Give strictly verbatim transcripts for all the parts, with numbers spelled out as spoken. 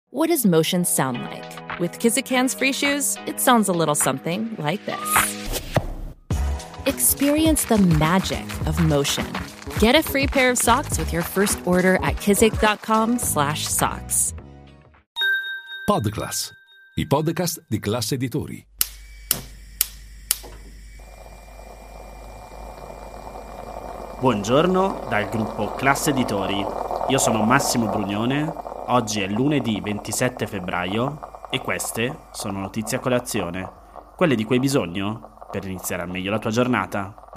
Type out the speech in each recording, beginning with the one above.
What does motion sound like? With Kizikans free shoes, it sounds a little something like this. Experience the magic of motion. Get a free pair of socks with your first order at kizik.com slash socks. Podclass, i podcast di Classe Editori. Buongiorno dal gruppo Classe Editori. Io sono Massimo Brugnone. Oggi è lunedì ventisette febbraio e queste sono notizie a colazione, quelle di cui hai bisogno per iniziare al meglio la tua giornata.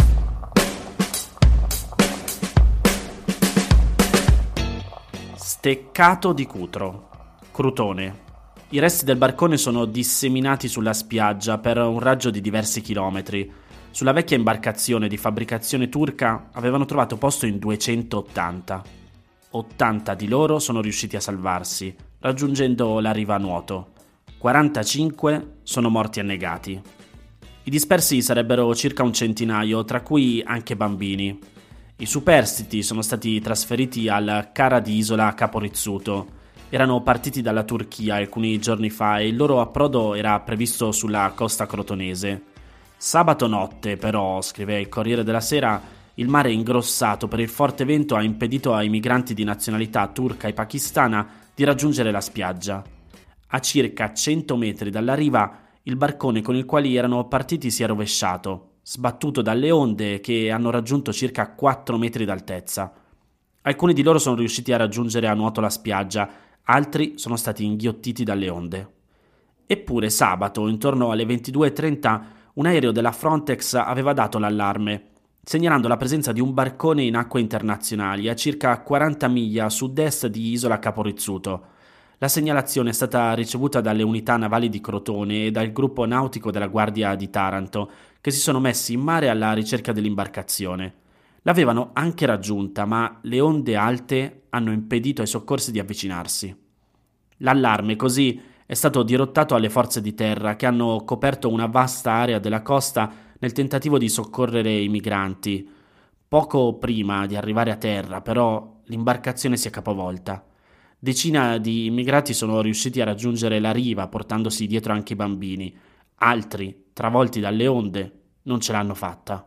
Steccato di Cutro, Crutone. I resti del barcone sono disseminati sulla spiaggia per un raggio di diversi chilometri. Sulla vecchia imbarcazione di fabbricazione turca avevano trovato posto in duecentottanta. ottanta di loro sono riusciti a salvarsi, raggiungendo la riva a nuoto. quarantacinque sono morti annegati. I dispersi sarebbero circa un centinaio, tra cui anche bambini. I superstiti sono stati trasferiti al Cara di Isola Capo Rizzuto. Erano partiti dalla Turchia alcuni giorni fa e il loro approdo era previsto sulla costa crotonese. Sabato notte, però, scrive il Corriere della Sera, il mare ingrossato per il forte vento ha impedito ai migranti di nazionalità turca e pakistana di raggiungere la spiaggia. A circa cento metri dalla riva, il barcone con il quale erano partiti si è rovesciato, sbattuto dalle onde che hanno raggiunto circa quattro metri d'altezza. Alcuni di loro sono riusciti a raggiungere a nuoto la spiaggia, altri sono stati inghiottiti dalle onde. Eppure sabato, intorno alle ventidue e trenta, un aereo della Frontex aveva dato l'allarme, segnalando la presenza di un barcone in acque internazionali a circa quaranta miglia a sud-est di Isola Capo Rizzuto. La segnalazione è stata ricevuta dalle unità navali di Crotone e dal gruppo nautico della Guardia di Taranto, che si sono messi in mare alla ricerca dell'imbarcazione. L'avevano anche raggiunta, ma le onde alte hanno impedito ai soccorsi di avvicinarsi. L'allarme, così, è stato dirottato alle forze di terra, che hanno coperto una vasta area della costa nel tentativo di soccorrere i migranti. Poco prima di arrivare a terra, però, l'imbarcazione si è capovolta. Decine di immigrati sono riusciti a raggiungere la riva, portandosi dietro anche i bambini. Altri, travolti dalle onde, non ce l'hanno fatta.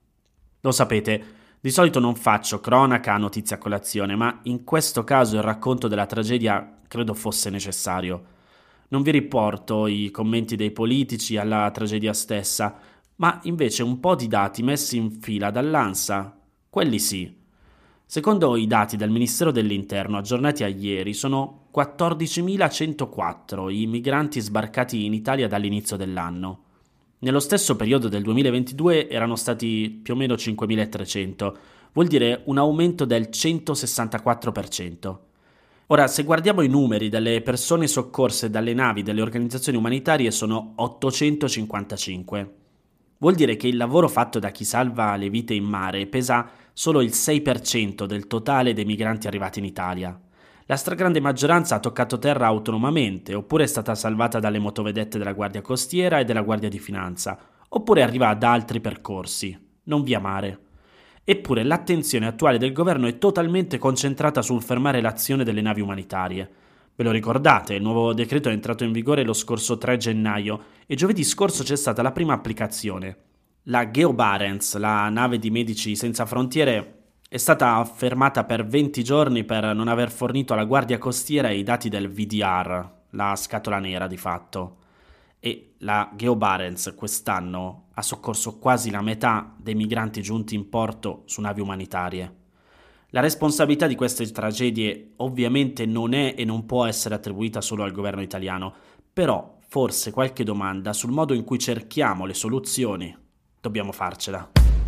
Lo sapete, di solito non faccio cronaca a notizia a colazione, ma in questo caso il racconto della tragedia credo fosse necessario. Non vi riporto i commenti dei politici alla tragedia stessa, ma invece un po' di dati messi in fila dall'ANSA, quelli sì. Secondo i dati del Ministero dell'Interno aggiornati a ieri, sono quattordicimilacentoquattro i migranti sbarcati in Italia dall'inizio dell'anno. Nello stesso periodo del duemilaventidue erano stati più o meno cinquemilatrecento, vuol dire un aumento del centosessantaquattro per cento. Ora, se guardiamo i numeri delle persone soccorse dalle navi delle organizzazioni umanitarie, sono ottocentocinquantacinque. Vuol dire che il lavoro fatto da chi salva le vite in mare pesa solo il sei per cento del totale dei migranti arrivati in Italia. La stragrande maggioranza ha toccato terra autonomamente, oppure è stata salvata dalle motovedette della Guardia Costiera e della Guardia di Finanza, oppure arriva da altri percorsi, non via mare. Eppure l'attenzione attuale del governo è totalmente concentrata sul fermare l'azione delle navi umanitarie. Ve lo ricordate, il nuovo decreto è entrato in vigore lo scorso tre gennaio e giovedì scorso c'è stata la prima applicazione. La GeoBarents, la nave di Medici Senza Frontiere, è stata fermata per venti giorni per non aver fornito alla Guardia Costiera i dati del V D R, la scatola nera di fatto. E la GeoBarents quest'anno ha soccorso quasi la metà dei migranti giunti in porto su navi umanitarie. La responsabilità di queste tragedie ovviamente non è e non può essere attribuita solo al governo italiano, però forse qualche domanda sul modo in cui cerchiamo le soluzioni dobbiamo farcela.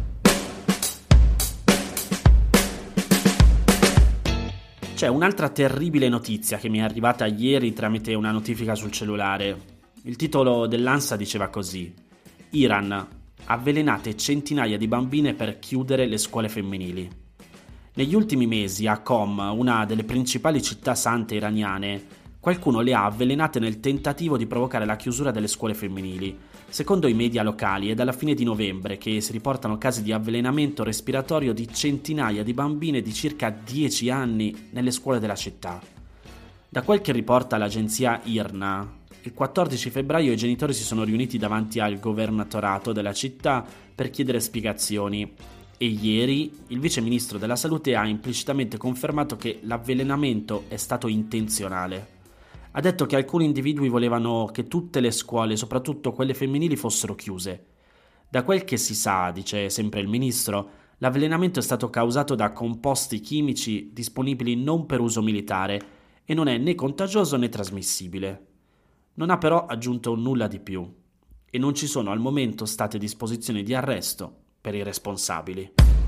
C'è un'altra terribile notizia che mi è arrivata ieri tramite una notifica sul cellulare. Il titolo dell'ANSA diceva così: Iran, avvelenate centinaia di bambine per chiudere le scuole femminili. Negli ultimi mesi a Qom, una delle principali città sante iraniane, qualcuno le ha avvelenate nel tentativo di provocare la chiusura delle scuole femminili. Secondo i media locali è dalla fine di novembre che si riportano casi di avvelenamento respiratorio di centinaia di bambine di circa dieci anni nelle scuole della città. Da quel che riporta l'agenzia I R N A, il quattordici febbraio i genitori si sono riuniti davanti al governatorato della città per chiedere spiegazioni e ieri il vice ministro della salute ha implicitamente confermato che l'avvelenamento è stato intenzionale. Ha detto che alcuni individui volevano che tutte le scuole, soprattutto quelle femminili, fossero chiuse. Da quel che si sa, dice sempre il ministro, l'avvelenamento è stato causato da composti chimici disponibili non per uso militare e non è né contagioso né trasmissibile. Non ha però aggiunto nulla di più e non ci sono al momento state disposizioni di arresto per i responsabili.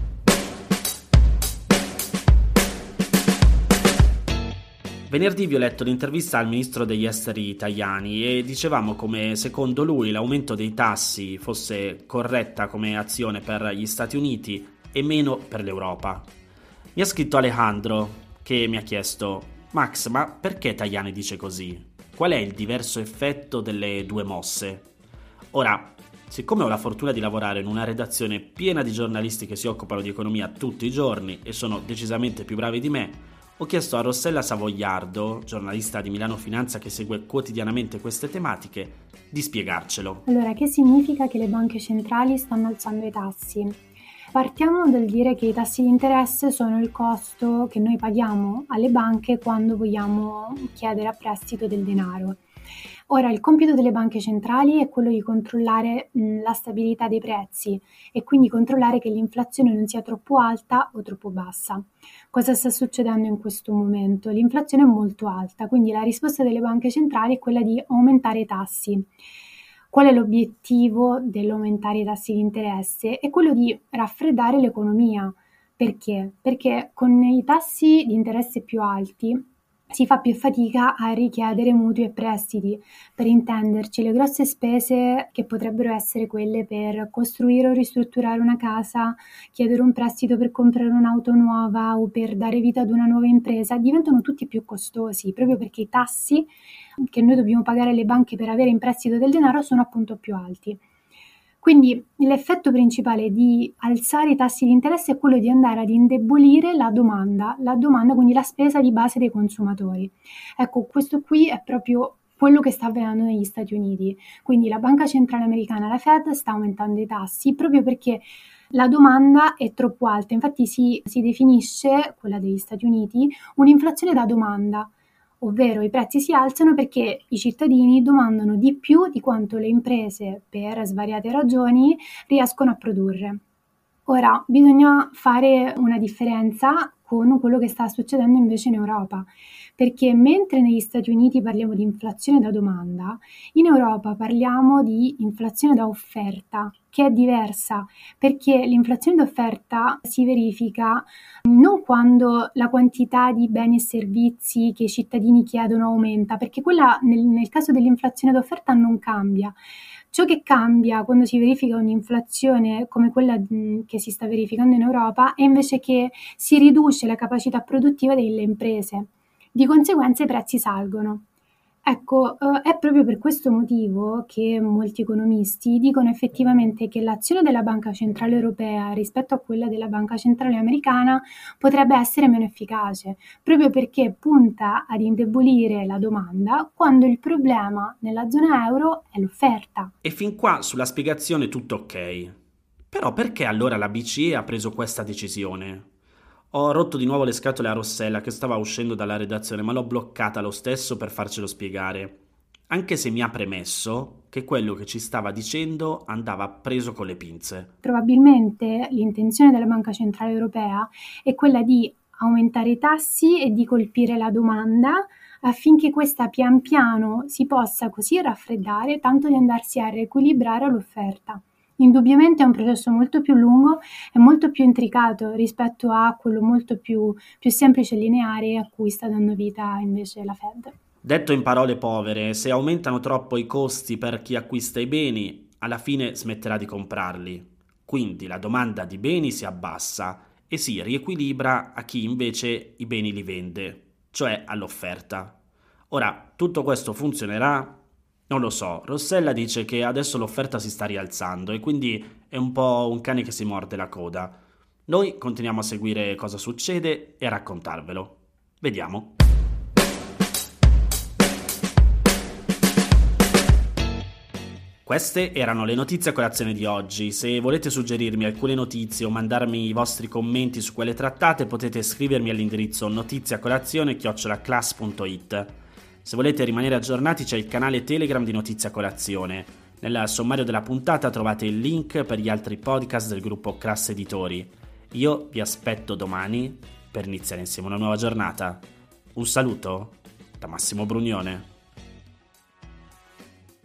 Venerdì vi ho letto l'intervista al ministro degli esteri Tajani e dicevamo come secondo lui l'aumento dei tassi fosse corretta come azione per gli Stati Uniti e meno per l'Europa. Mi ha scritto Alejandro che mi ha chiesto: Max, ma perché Tajani dice così? Qual è il diverso effetto delle due mosse? Ora, siccome ho la fortuna di lavorare in una redazione piena di giornalisti che si occupano di economia tutti i giorni e sono decisamente più bravi di me, ho chiesto a Rossella Savoiardo, giornalista di Milano Finanza che segue quotidianamente queste tematiche, di spiegarcelo. Allora, che significa che le banche centrali stanno alzando i tassi? Partiamo dal dire che i tassi di interesse sono il costo che noi paghiamo alle banche quando vogliamo chiedere a prestito del denaro. Ora, il compito delle banche centrali è quello di controllare mh, la stabilità dei prezzi e quindi controllare che l'inflazione non sia troppo alta o troppo bassa. Cosa sta succedendo in questo momento? L'inflazione è molto alta, quindi la risposta delle banche centrali è quella di aumentare i tassi. Qual è l'obiettivo dell'aumentare i tassi di interesse? È quello di raffreddare l'economia. Perché? Perché con i tassi di interesse più alti si fa più fatica a richiedere mutui e prestiti. Per intenderci, le grosse spese che potrebbero essere quelle per costruire o ristrutturare una casa, chiedere un prestito per comprare un'auto nuova o per dare vita ad una nuova impresa diventano tutti più costosi, proprio perché i tassi che noi dobbiamo pagare alle banche per avere in prestito del denaro sono appunto più alti. Quindi l'effetto principale di alzare i tassi di interesse è quello di andare ad indebolire la domanda, la domanda quindi la spesa di base dei consumatori. Ecco, questo qui è proprio quello che sta avvenendo negli Stati Uniti. Quindi la Banca Centrale Americana, la Fed, sta aumentando i tassi proprio perché la domanda è troppo alta. Infatti si, si definisce, quella degli Stati Uniti, un'inflazione da domanda. Ovvero i prezzi si alzano perché i cittadini domandano di più di quanto le imprese, per svariate ragioni, riescono a produrre. Ora, bisogna fare una differenza con quello che sta succedendo invece in Europa, perché mentre negli Stati Uniti parliamo di inflazione da domanda, in Europa parliamo di inflazione da offerta, che è diversa, perché l'inflazione d'offerta si verifica non quando la quantità di beni e servizi che i cittadini chiedono aumenta, perché quella nel, nel caso dell'inflazione d'offerta non cambia. Ciò che cambia quando si verifica un'inflazione come quella che si sta verificando in Europa è invece che si riduce la capacità produttiva delle imprese. Di conseguenza i prezzi salgono. Ecco, eh, è proprio per questo motivo che molti economisti dicono effettivamente che l'azione della Banca Centrale Europea rispetto a quella della Banca Centrale Americana potrebbe essere meno efficace, proprio perché punta ad indebolire la domanda quando il problema nella zona euro è l'offerta. E fin qua sulla spiegazione tutto ok. Però perché allora la B C E ha preso questa decisione? Ho rotto di nuovo le scatole a Rossella che stava uscendo dalla redazione, ma l'ho bloccata lo stesso per farcelo spiegare. Anche se mi ha premesso che quello che ci stava dicendo andava preso con le pinze. Probabilmente l'intenzione della Banca Centrale Europea è quella di aumentare i tassi e di colpire la domanda affinché questa pian piano si possa così raffreddare tanto da andarsi a riequilibrare l'offerta. Indubbiamente è un processo molto più lungo e molto più intricato rispetto a quello molto più, più semplice e lineare a cui sta dando vita invece la Fed. Detto in parole povere, se aumentano troppo i costi per chi acquista i beni, alla fine smetterà di comprarli. Quindi la domanda di beni si abbassa e si riequilibra a chi invece i beni li vende, cioè all'offerta. Ora, tutto questo funzionerà? Non lo so, Rossella dice che adesso l'offerta si sta rialzando e quindi è un po' un cane che si morde la coda. Noi continuiamo a seguire cosa succede e a raccontarvelo. Vediamo. Queste erano le notizie a colazione di oggi. Se volete suggerirmi alcune notizie o mandarmi i vostri commenti su quelle trattate, potete scrivermi all'indirizzo notiziacolazione chiocciola class punto it. Se volete rimanere aggiornati c'è il canale Telegram di Notizia Colazione. Nel sommario della puntata trovate il link per gli altri podcast del gruppo Class Editori. Io vi aspetto domani per iniziare insieme una nuova giornata. Un saluto da Massimo Brugnone.